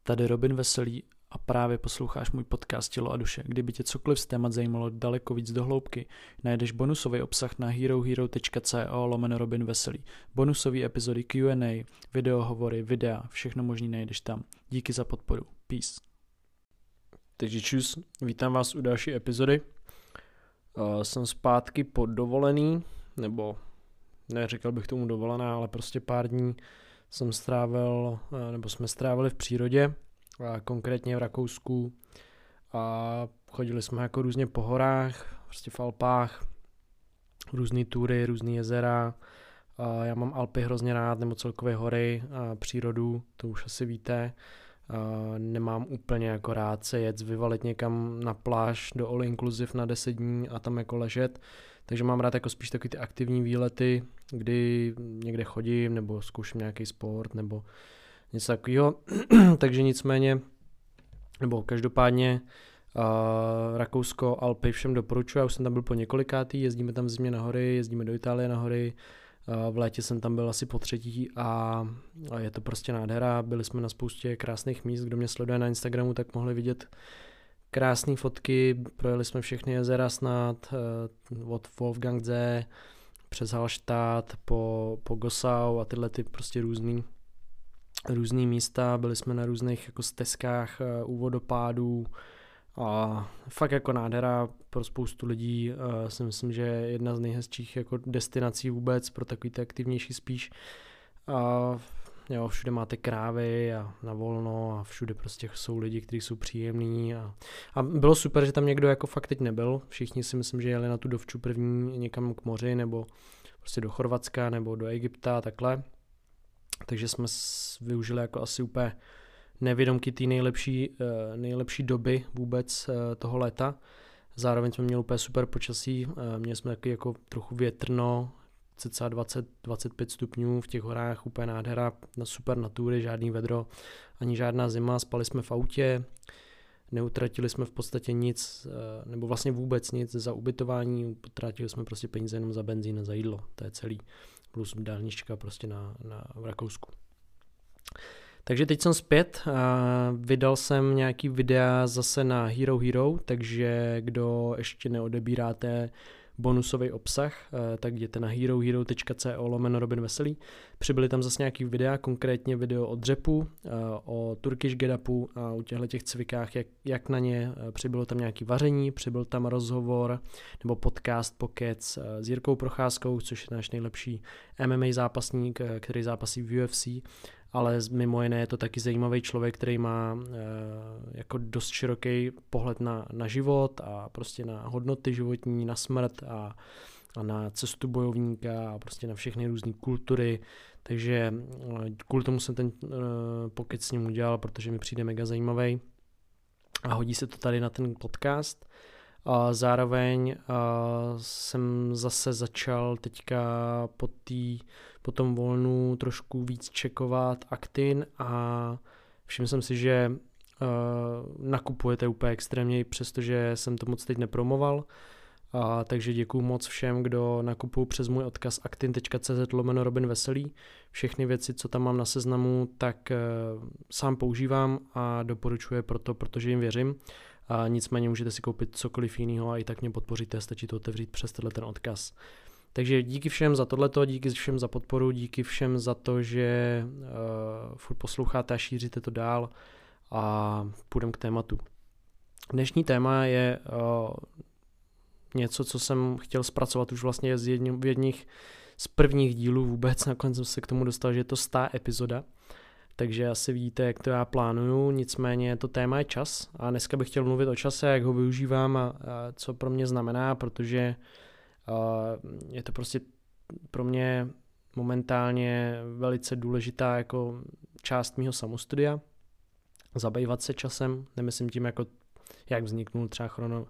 Tady Robin Veselý a právě posloucháš můj podcast Tělo a duše. Kdyby tě cokoliv z témat zajímalo daleko víc do hloubky, najdeš bonusový obsah na herohero.co/Robin Veselý. Bonusové epizody Q&A, videohovory, videa, všechno možný najdeš tam. Díky za podporu. Peace. Takže čus, vítám vás u další epizody. Jsem zpátky po dovolený, nebo neříkal bych tomu dovolená, ale prostě pár dní jsme strávili v přírodě, konkrétně v Rakousku, a chodili jsme jako různě po horách, prostě v Alpách, různý tury, různý jezera. Já mám Alpy hrozně rád, nebo celkově hory a přírodu, to už asi víte. Nemám úplně jako rád se jet vyvalit někam na pláž do all inclusive na 10 dní a tam jako ležet, takže mám rád jako spíš takový ty aktivní výlety, kdy někde chodím nebo zkouším nějaký sport nebo něco takového. Takže nicméně, nebo každopádně Rakousko, Alpy všem doporučuji, já už jsem tam byl po několikátý, jezdíme tam v zimě na hory, jezdíme do Itálie na hory. V létě jsem tam byl asi po třetí a je to prostě nádhera. Byli jsme na spoustě krásných míst, kdo mě sleduje na Instagramu, tak mohli vidět krásné fotky. Projeli jsme všechny jezera snad, od Wolfgangsee přes Hallstatt po Gossau a tyhle ty prostě různý místa. Byli jsme na různých jako stezkách u vodopádů a fakt jako nádhera pro spoustu lidí. Si myslím, že je jedna z nejhezčích jako destinací vůbec pro takový ty aktivnější spíš. Všude máte krávy a na volno a všude prostě jsou lidi, kteří jsou příjemní a bylo super, že tam někdo jako fakt teď nebyl. Všichni si myslím, že jeli na tu dovču první někam k moři nebo prostě do Chorvatska nebo do Egypta a takhle. Takže jsme využili jako asi úplně nevědomky té nejlepší doby vůbec toho léta. Zároveň jsme měli úplně super počasí, měli jsme taky jako trochu větrno, cca 20-25 stupňů v těch horách, úplně nádhera, super natury, žádný vedro, ani žádná zima, spali jsme v autě, neutratili jsme v podstatě nic, nebo vlastně vůbec nic za ubytování, utratili jsme prostě peníze jenom za benzín a za jídlo, to je celý, plus dálnička prostě v Rakousku. Takže teď jsem zpět, vydal jsem nějaký videa zase na Hero Hero, takže kdo ještě neodebíráte bonusový obsah, tak jděte na herohero.co/Robin Veselý. Přibyly tam zase nějaký videa, konkrétně video o dřepu, o Turkish Get Upu a o těch cvikách, jak na ně. Přibylo tam nějaký vaření, přibyl tam rozhovor nebo podcast pokec s Jirkou Procházkou, což je náš nejlepší MMA zápasník, který zápasí v UFC, ale mimo jiné je to taky zajímavý člověk, který má jako dost široký pohled na život a prostě na hodnoty životní, na smrt a na cestu bojovníka a prostě na všechny různé kultury, takže kvůli tomu jsem ten pokec s ním udělal, protože mi přijde mega zajímavý a hodí se to tady na ten podcast. A zároveň jsem zase začal teďka po tom volnu trošku víc čekovat Actin a všiml jsem si, že nakupujete úplně extrémně, přestože jsem to moc teď nepromoval. Takže děkuju moc všem, kdo nakupují přes můj odkaz actin.cz/Robin Veselý. Všechny věci, co tam mám na seznamu, tak sám používám a doporučuji protože jim věřím. A nicméně můžete si koupit cokoliv jiného a i tak mě podpoříte, stačí to otevřít přes ten odkaz. Takže díky všem za tohleto, díky všem za podporu, díky všem za to, že furt posloucháte a šíříte to dál a půjdeme k tématu. Dnešní téma je něco, co jsem chtěl zpracovat už vlastně v jedných z prvních dílů vůbec, nakonec jsem se k tomu dostal, že je to 100. epizoda. Takže asi vidíte, jak to já plánuju, nicméně to téma je čas a dneska bych chtěl mluvit o čase, jak ho využívám a co pro mě znamená, protože je to prostě pro mě momentálně velice důležitá jako část mýho samostudia, zabývat se časem, nemyslím tím jako jak vzniknul třeba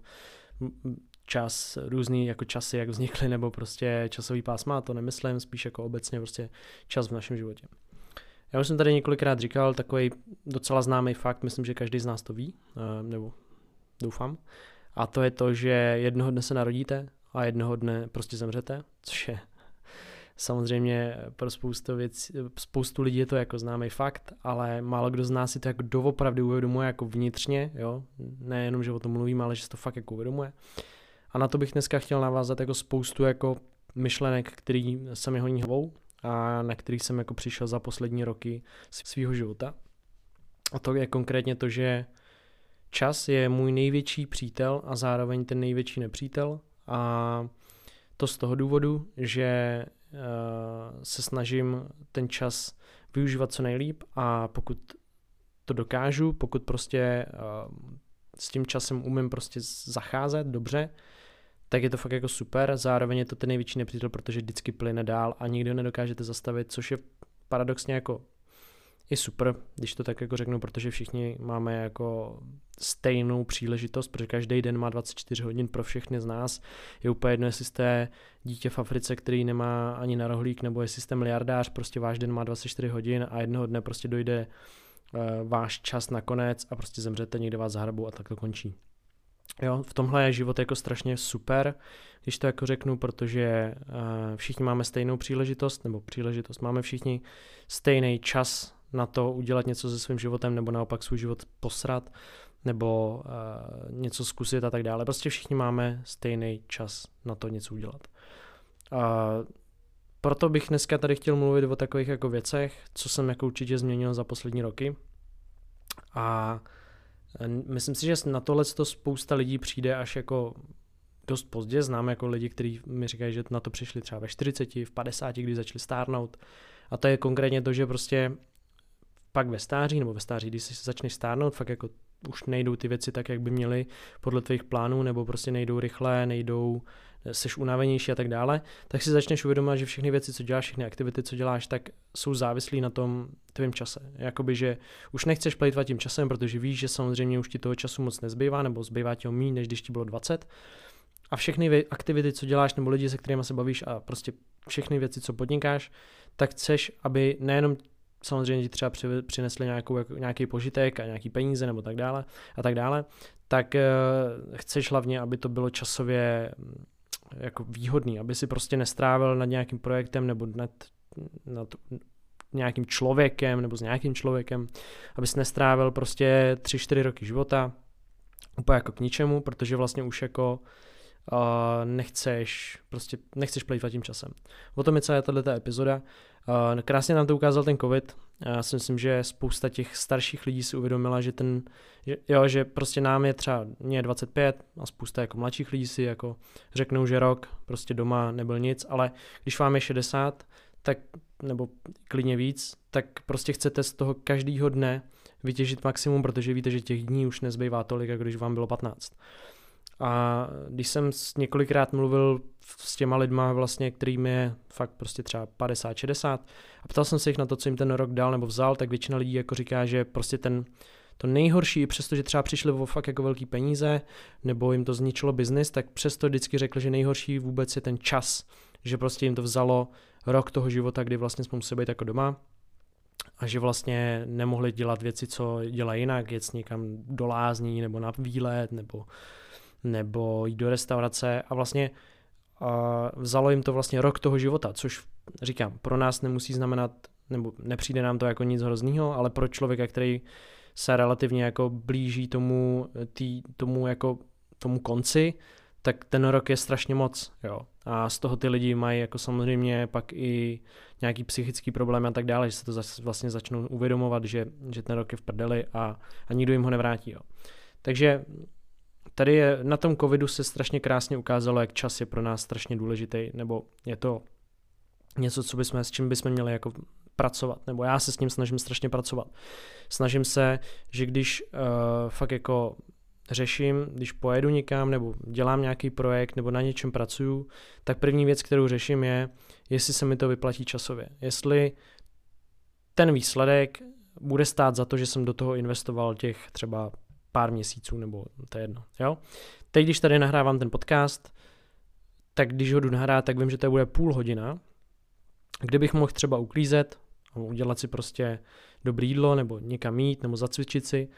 čas, různý jako časy, jak vznikly, nebo prostě časový pásma, to nemyslím, spíš jako obecně prostě čas v našem životě. Já už jsem tady několikrát říkal takový docela známý fakt, myslím, že každý z nás to ví, nebo doufám, a to je to, že jednoho dne se narodíte a jednoho dne prostě zemřete, což je samozřejmě pro spoustu lidí je to jako známý fakt, ale málo kdo z nás si to jako doopravdy uvědomuje jako vnitřně, jo, nejenom, že o tom mluvím, ale že si to fakt jako uvědomuje. A na to bych dneska chtěl navázat jako spoustu jako myšlenek, který se mi honí hlavou a na který jsem jako přišel za poslední roky svýho života. A to je konkrétně to, že čas je můj největší přítel a zároveň ten největší nepřítel. A to z toho důvodu, že se snažím ten čas využívat co nejlíp a pokud to dokážu, pokud prostě s tím časem umím prostě zacházet dobře, tak je to fakt jako super, zároveň je to ten největší nepřítel, protože vždycky plyne dál a nikdy ho nedokážete zastavit, což je paradoxně jako je super, když to tak jako řeknu, protože všichni máme jako stejnou příležitost, protože každý den má 24 hodin pro všechny z nás. Je úplně jedno, jestli jste dítě v Africe, který nemá ani na rohlík, nebo jestli jste miliardář, prostě váš den má 24 hodin a jednoho dne prostě dojde váš čas na konec a prostě zemřete, někde vás zahrabou a tak to končí. Jo, v tomhle je život jako strašně super, když to jako řeknu, protože všichni máme stejnou příležitost, máme všichni stejný čas na to udělat něco se svým životem, nebo naopak svůj život posrat, nebo něco zkusit a tak dále. Prostě všichni máme stejný čas na to něco udělat. Proto bych dneska tady chtěl mluvit o takových jako věcech, co jsem jako určitě změnil za poslední roky. A myslím si, že na tohle spousta lidí přijde až jako dost pozdě. Znám jako lidi, kteří mi říkají, že na to přišli třeba ve 40, v 50, když začali stárnout. A to je konkrétně to, že prostě pak ve stáří, když si začneš stárnout, fakt jako už nejdou ty věci tak, jak by měly podle tvých plánů, nebo prostě nejdou rychle, seš unavenější a tak dále, tak si začneš uvědomovat, že všechny věci, co děláš, všechny aktivity, co děláš, tak jsou závislí na tom tvém čase. Jakoby, že už nechceš plýtvat tím časem, protože víš, že samozřejmě už ti toho času moc nezbývá, nebo zbývá ti ho méně, než když ti bylo 20. A všechny aktivity, co děláš, nebo lidi, se kterými se bavíš a prostě všechny věci, co podnikáš, tak chceš, aby nejenom samozřejmě ti třeba přinesli nějaký požitek a nějaký peníze nebo tak dále, tak chceš hlavně, aby to bylo časově jako výhodný, aby si prostě nestrávil nad nějakým projektem nebo nad nějakým člověkem nebo s nějakým člověkem, aby si nestrávil prostě 3-4 roky života úplně jako k ničemu, protože vlastně už jako nechceš plýtvat tím časem. O tom je celá tato epizoda. Krásně nám to ukázal ten covid. Já si myslím, že spousta těch starších lidí si uvědomila, že prostě nám je třeba, mě je 25 a spousta jako mladších lidí si jako řeknou, že rok prostě doma nebyl nic, ale když vám je 60, tak, nebo klidně víc, tak prostě chcete z toho každýho dne vytěžit maximum, protože víte, že těch dní už nezbývá tolik, jako když vám bylo 15. A když jsem několikrát mluvil s těma lidma vlastně, kterým je fakt prostě třeba 50-60 a ptal jsem se jich na to, co jim ten rok dal nebo vzal, tak většina lidí jako říká, že prostě to nejhorší, přestože třeba přišli o fakt jako velký peníze nebo jim to zničilo biznis, tak přesto vždycky řekli, že nejhorší vůbec je ten čas, že prostě jim to vzalo rok toho života, kdy vlastně jsme museli být jako doma a že vlastně nemohli dělat věci, co dělají jinak, jet někam do lázní nebo na výlet nebo jít do restaurace a vlastně vzalo jim to vlastně rok toho života, což říkám, pro nás nemusí znamenat, nebo nepřijde nám to jako nic hroznýho, ale pro člověka, který se relativně jako blíží tomu konci, tak ten rok je strašně moc, jo. A z toho ty lidi mají jako samozřejmě pak i nějaký psychický problém a tak dále, že se to vlastně začnou uvědomovat, že ten rok je v prdeli a nikdo jim ho nevrátí, jo. Takže tady na tom covidu se strašně krásně ukázalo, jak čas je pro nás strašně důležitý, nebo je to něco, s čím bychom měli jako pracovat, nebo já se s ním snažím strašně pracovat. Snažím se, že když fakt jako řeším, když pojedu někam, nebo dělám nějaký projekt, nebo na něčem pracuju, tak první věc, kterou řeším je, jestli se mi to vyplatí časově. Jestli ten výsledek bude stát za to, že jsem do toho investoval těch třeba pár měsíců, nebo to je jedno. Jo? Teď, když tady nahrávám ten podcast, tak když ho jdu nahrát, tak vím, že to bude půl hodina, kde bych mohl třeba uklízet, udělat si prostě dobrý jídlo, nebo někam jít, nebo zacvičit si.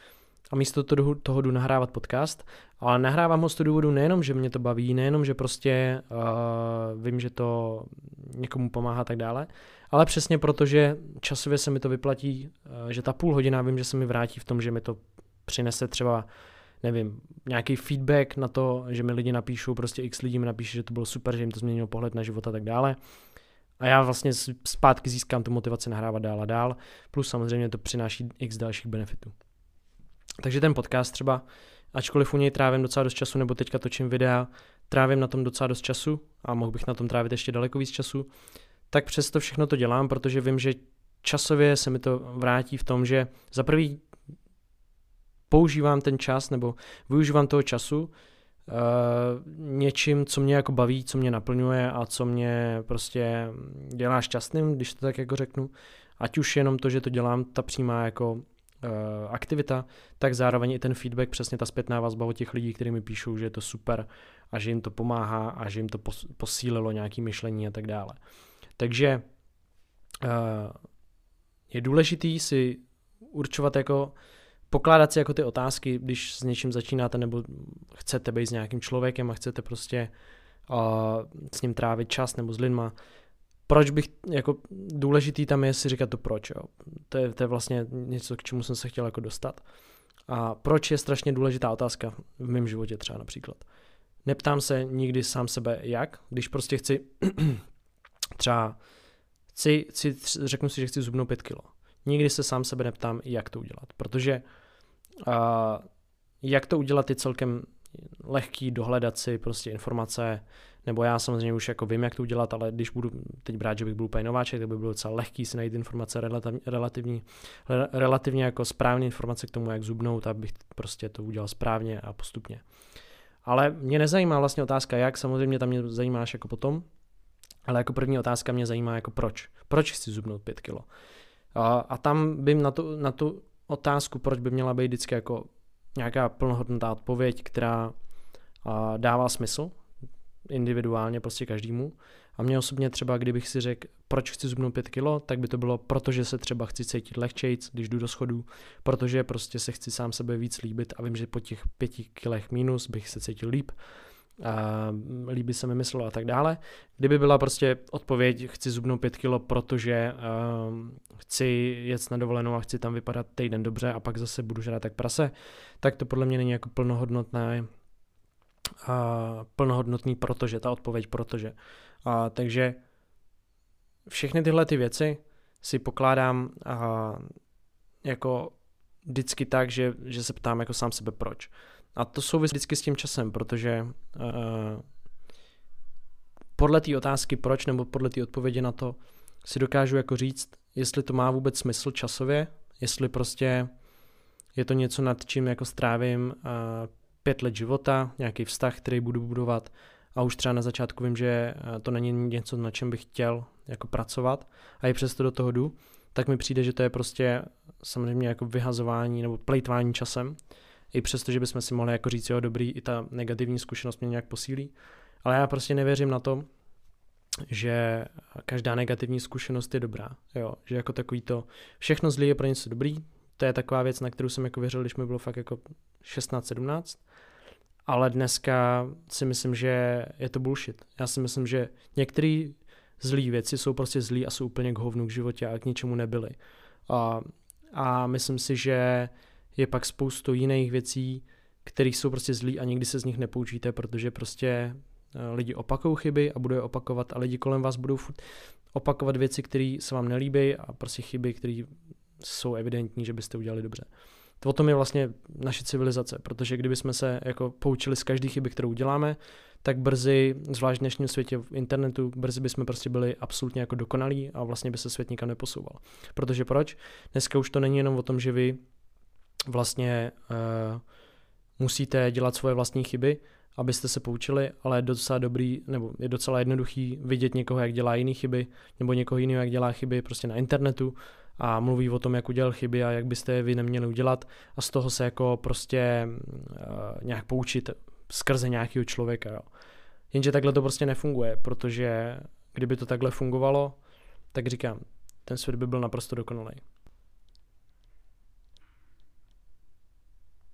a místo toho jdu nahrávat podcast, ale nahrávám ho z toho důvodu nejenom, že mě to baví, nejenom, že prostě vím, že to někomu pomáhá a tak dále, ale přesně proto, že časově se mi to vyplatí, že ta půl hodina vím, že se mi vrátí v tom, že mi to přinese třeba, nevím, nějaký feedback na to, že mi lidi napíšou, prostě x lidí mi napíše, že to bylo super, že jim to změnilo pohled na život a tak dále. A já vlastně zpátky získám tu motivaci nahrávat dál a dál, plus samozřejmě to přináší x dalších benefitů. Takže ten podcast třeba, ačkoliv u něj trávím docela dost času, nebo teďka točím videa, trávím na tom docela dost času a mohl bych na tom trávit ještě daleko víc času, tak přesto všechno to dělám, protože vím, že časově se mi to vrátí v tom, že za prvý používám ten čas nebo využívám toho času něčím, co mě jako baví, co mě naplňuje a co mě prostě dělá šťastným, když to tak jako řeknu. Ať už jenom to, že to dělám, ta přímá jako aktivita, tak zároveň i ten feedback, přesně ta zpětná vazba od těch lidí, kteří mi píšou, že je to super a že jim to pomáhá a že jim to posílilo nějaké myšlení a tak dále. Takže je důležitý si určovat jako pokládat si jako ty otázky, když s něčím začínáte nebo chcete být s nějakým člověkem a chcete prostě s ním trávit čas nebo s lidma. Proč bych, jako důležitý tam je si říkat to proč, jo. To je vlastně něco, k čemu jsem se chtěl jako dostat. A proč je strašně důležitá otázka v mém životě třeba například. Neptám se nikdy sám sebe jak, když prostě chci třeba řeknu si, že chci zhubnout 5 kilo. Nikdy se sám sebe neptám, jak to udělat, protože jak to udělat je celkem lehký, dohledat si prostě informace, nebo já samozřejmě už jako vím, jak to udělat, ale když budu teď brát, že bych byl úplně nováček, tak by bylo docela lehký si najít informace relativně jako správné informace k tomu, jak zhubnout, abych prostě to udělal správně a postupně. Ale mě nezajímá vlastně otázka jak, samozřejmě tam mě zajímáš jako potom, ale jako první otázka mě zajímá jako proč. Proč chci zhubnout 5 kilo? A tam bym na tu otázku, proč by měla být vždycky jako nějaká plnohodnotná odpověď, která dává smysl individuálně prostě každému. A mě osobně třeba, kdybych si řekl, proč chci zhubnout 5 kilo, tak by to bylo, protože se třeba chci cítit lehčejc, když jdu do schodů, protože prostě se chci sám sebe víc líbit a vím, že po těch 5 kilech minus bych se cítil líp. Líbí se mi myslelo a tak dále. Kdyby byla prostě odpověď, chci zhubnout 5 kilo, protože chci jet na dovolenou a chci tam vypadat týden dobře a pak zase budu žrát tak prase, tak to podle mě není jako plnohodnotný, protože ta odpověď, protože. Takže všechny tyhle ty věci si pokládám jako vždycky tak, že se ptám jako sám sebe proč. A to souvisí vždycky s tím časem, protože podle té otázky proč nebo podle té odpovědi na to si dokážu jako říct, jestli to má vůbec smysl časově, jestli prostě je to něco, nad čím jako strávím 5 let života, nějaký vztah, který budu budovat a už třeba na začátku vím, že to není něco, na čem bych chtěl jako pracovat a i přesto do toho jdu, tak mi přijde, že to je prostě samozřejmě jako vyhazování nebo plejtvání časem. I přesto, že bychom si mohli jako říct, jo, dobrý, i ta negativní zkušenost mě nějak posílí. Ale já prostě nevěřím na to, že každá negativní zkušenost je dobrá. Jo, že jako takový to, všechno zlý je pro něco dobrý. To je taková věc, na kterou jsem jako věřil, když mi bylo fakt jako 16-17. Ale dneska si myslím, že je to bullshit. Já si myslím, že některé zlý věci jsou prostě zlý a jsou úplně k hovnu k životě a k ničemu nebyly. A myslím si, že je pak spoustu jiných věcí, které jsou prostě zlý a nikdy se z nich nepoučíte, protože prostě lidi opakují chyby a budou je opakovat a lidi kolem vás budou opakovat věci, které se vám nelíbí a prostě chyby, které jsou evidentní, že byste udělali dobře. To o tom je vlastně naše civilizace, protože kdybychom se jako poučili z každé chyby, kterou uděláme, tak brzy, zvlášť v dnešním světě v internetu, brzy bychom prostě byli absolutně jako dokonalí a vlastně by se svět nikam neposouval. Protože proč? Dneska už to není jenom o tom, že vy vlastně musíte dělat svoje vlastní chyby, abyste se poučili, ale je docela dobrý, nebo je docela jednoduchý vidět někoho, jak dělá jiné chyby, nebo někoho jiného, jak dělá chyby prostě na internetu a mluví o tom, jak udělal chyby a jak byste je vy neměli udělat a z toho se jako prostě nějak poučit skrze nějakého člověka. Jo. Jenže takhle to prostě nefunguje, protože kdyby to takhle fungovalo, tak říkám, ten svět by byl naprosto dokonalý.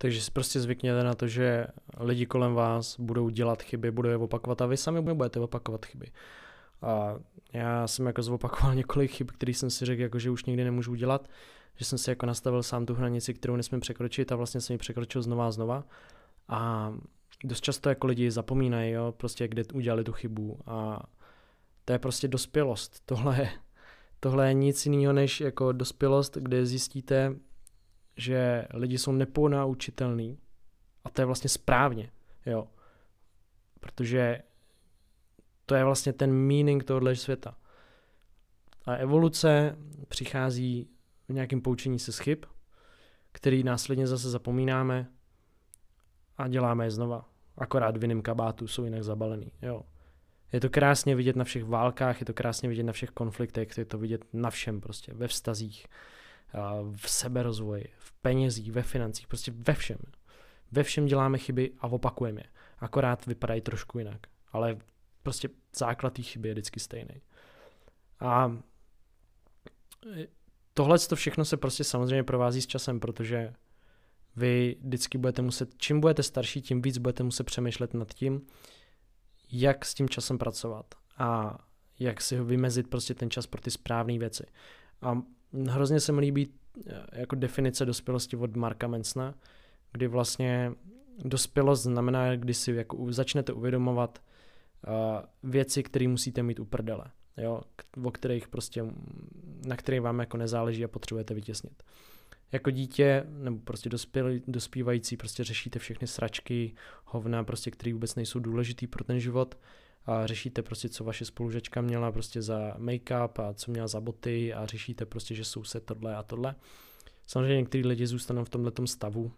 Takže si prostě zvykněte na to, že lidi kolem vás budou dělat chyby, budou je opakovat a vy sami budete opakovat chyby. A já jsem jako zopakoval několik chyb, který jsem si řekl, jako, že už nikdy nemůžu udělat, že jsem si jako nastavil sám tu hranici, kterou nesmím překročit a vlastně jsem ji překročil znova a znova. A dost často jako lidi zapomínají, jo, prostě kde udělali tu chybu a to je prostě dospělost. Tohle je nic jiného než jako dospělost, kde zjistíte, že lidi jsou neponaučitelný a to je vlastně správně, jo. Protože to je vlastně ten meaning tohohle světa. A evoluce přichází v nějakém poučení se z chyb, který následně zase zapomínáme a děláme je znova. Akorát v jiném kabátu jsou jinak zabalený, jo. Je to krásně vidět na všech válkách, je to krásně vidět na všech konfliktech, je to vidět na všem prostě, ve vztazích, v seberozvoji, v penězích, ve financích, prostě ve všem. Ve všem děláme chyby a opakujeme je. Akorát vypadají trošku jinak, ale prostě základ té chyby je vždycky stejný. A tohle to všechno se prostě samozřejmě provází s časem, protože vy vždycky budete muset, čím budete starší, tím víc budete muset přemýšlet nad tím, jak s tím časem pracovat a jak si ho vymezit prostě ten čas pro ty správné věci. A hrozně se mi líbí jako definice dospělosti od Marka Mansona, kdy vlastně dospělost znamená, když si jako začnete uvědomovat věci, které musíte mít u prdele, jo, o kterých prostě, na kterých vám jako nezáleží a potřebujete vytěsnit. Jako dítě nebo prostě dospívající prostě řešíte všechny sračky, hovna, prostě, které vůbec nejsou důležitý pro ten život a řešíte prostě, co vaše spolužačka měla prostě za make-up a co měla za boty a řešíte prostě, že jsou se tohle a tohle. Samozřejmě některý lidi zůstanou v tomhletom stavu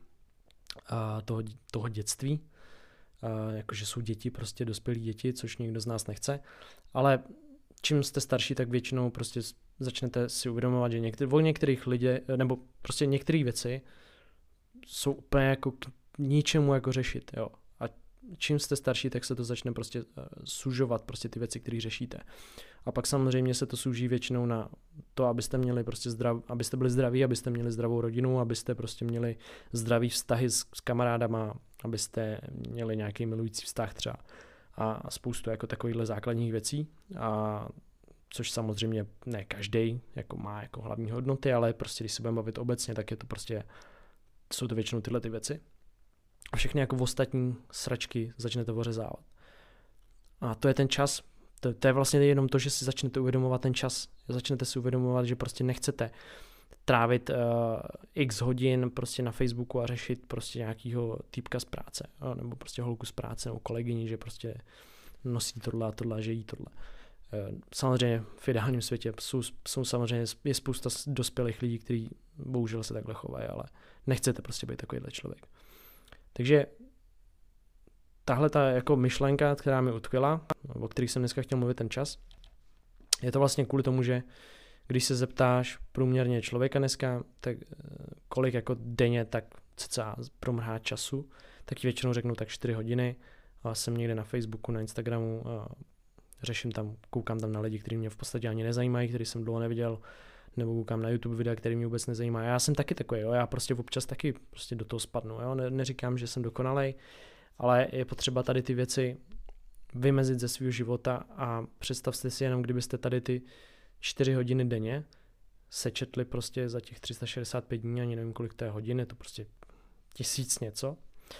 toho dětství, jakože jsou děti, prostě dospělí děti, což nikdo z nás nechce, ale čím jste starší, tak většinou prostě začnete si uvědomovat, že některých lidí, nebo prostě některé věci jsou úplně jako k ničemu jako řešit, jo. A čím jste starší, tak se to začne prostě sužovat, prostě ty věci, které řešíte. A pak samozřejmě se to suží většinou na to, abyste měli prostě abyste byli zdraví, abyste měli zdravou rodinu, abyste prostě měli zdravý vztahy s kamarádama, abyste měli nějaký milující vztah třeba a spoustu jako takovýchhle základních věcí, a což samozřejmě ne každý jako má jako hlavní hodnoty, ale prostě když se budeme bavit obecně, tak je to prostě, jsou to většinou tyhle ty věci. A všechny jako ostatní sračky začnete ořezávat. A to je ten čas, to je vlastně jenom to, že si začnete uvědomovat ten čas. Začnete si uvědomovat, že prostě nechcete trávit x hodin prostě na Facebooku a řešit prostě nějakýho týpka z práce, nebo prostě holku z práce, nebo kolegyni, že prostě nosí tohle a tohle, že jí tohle. Samozřejmě v ideálním světě jsou samozřejmě, je spousta dospělých lidí, kteří bohužel se takhle chovají, ale nechcete prostě být takovýhle člověk. Takže tahle ta jako myšlenka, která mi utkvěla, o kterých jsem dneska chtěl mluvit ten čas, je to vlastně kvůli tomu, že když se zeptáš průměrně člověka dneska, tak kolik jako denně tak cca promrhá času, tak ti většinou řeknou tak 4 hodiny. A jsem někde na Facebooku, na Instagramu, řeším tam, koukám tam na lidi, kteří mě v podstatě ani nezajímají, který jsem dlouho neviděl, nebo koukám na YouTube videa, který mě vůbec nezajímá. Já jsem taky takový, jo, já prostě občas taky prostě do toho spadnu, jo, neříkám, že jsem dokonalej, ale je potřeba tady ty věci vymezit ze svého života a představte si jenom, kdybyste tady ty 4 hodiny denně sečetli prostě za těch 365 dní, ani nevím, kolik to je hodin, je to prostě 1000 něco.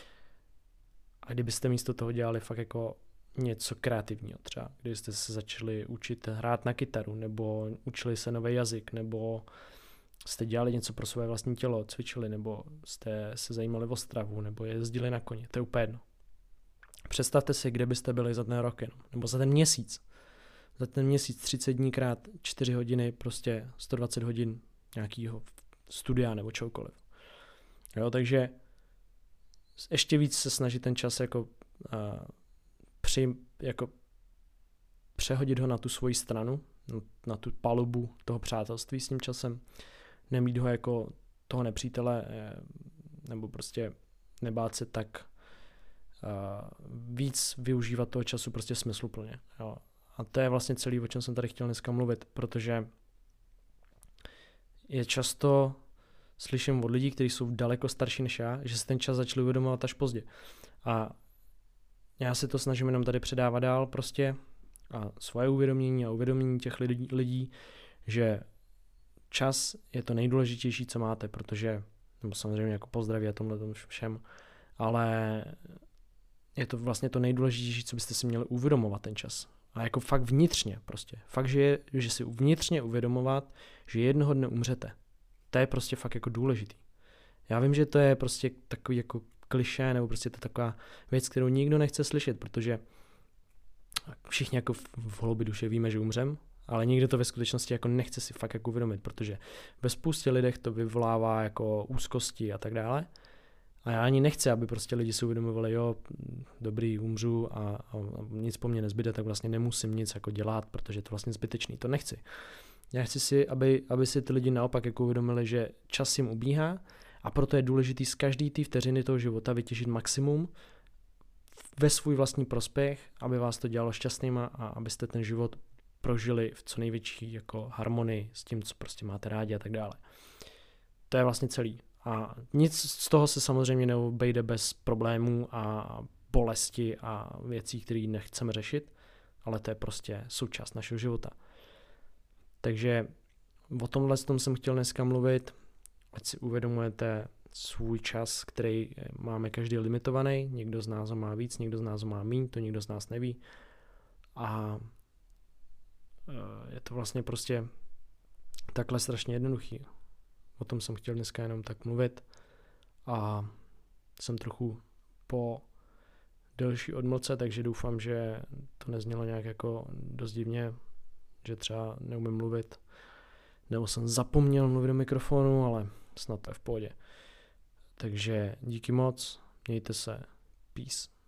A kdybyste místo toho dělali fakt jako něco kreativního třeba, kdybyste se začali učit hrát na kytaru, nebo učili se nový jazyk, nebo jste dělali něco pro své vlastní tělo, cvičili, nebo jste se zajímali o stravu, nebo jezdili na koni, to je úplně jedno. Představte si, kde byste byli za ten rok jenom, nebo za ten měsíc. Za ten měsíc 30 dní krát 4 hodiny, prostě 120 hodin nějakého studia nebo čokoliv. Jo, takže ještě víc se snažit ten čas jako přehodit ho na tu svoji stranu, na tu palubu toho přátelství s tím časem, nemít ho jako toho nepřítele, nebo prostě nebát se tak víc využívat toho času prostě smysluplně. Jo. A to je vlastně celý, o čem jsem tady chtěl dneska mluvit, protože je často slyším od lidí, kteří jsou daleko starší než já, že se ten čas začali uvědomovat až pozdě. A já si to snažím jenom tady předávat dál prostě a svoje uvědomění a uvědomění těch lidí, že čas je to nejdůležitější, co máte, protože, nebo samozřejmě jako pozdraví a tomhle tomu všem, ale je to vlastně to nejdůležitější, co byste si měli uvědomovat ten čas. A jako fakt vnitřně prostě. Fakt, že si vnitřně uvědomovat, že jednoho dne umřete. To je prostě fakt jako důležitý. Já vím, že to je prostě takový jako klišé, nebo prostě to taková věc, kterou nikdo nechce slyšet, protože všichni jako v hloubi duše víme, že umřem, ale nikdo to ve skutečnosti jako nechce si fakt jako uvědomit, protože ve spoustě lidech to vyvolává jako úzkosti a tak dále. A já ani nechci, aby prostě lidi si uvědomovali, jo, dobrý, umřu a nic po mně nezbyde, tak vlastně nemusím nic jako dělat, protože je to vlastně zbytečný. To nechci. Já chci si, aby si ty lidi naopak jako uvědomili, že čas jim ubíhá a proto je důležitý z každý té vteřiny toho života vytěžit maximum ve svůj vlastní prospěch, aby vás to dělalo šťastnýma a abyste ten život prožili v co největší jako harmonii s tím, co prostě máte rádi a tak dále. To je vlastně celý. A nic z toho se samozřejmě neobejde bez problémů a bolesti a věcí, které nechceme řešit, ale to je prostě součást našeho života. Takže o tomhle jsem chtěl dneska mluvit, ať si uvědomujete svůj čas, který máme každý limitovaný, někdo z nás ho má víc, někdo z nás ho má míň, to nikdo z nás neví. A je to vlastně prostě takhle strašně jednoduchý. O tom jsem chtěl dneska jenom tak mluvit a jsem trochu po delší odmlce, takže doufám, že to neznělo nějak jako dost divně, že třeba neumím mluvit, nebo jsem zapomněl mluvit do mikrofonu, ale snad to je v pohodě. Takže díky moc, mějte se, peace.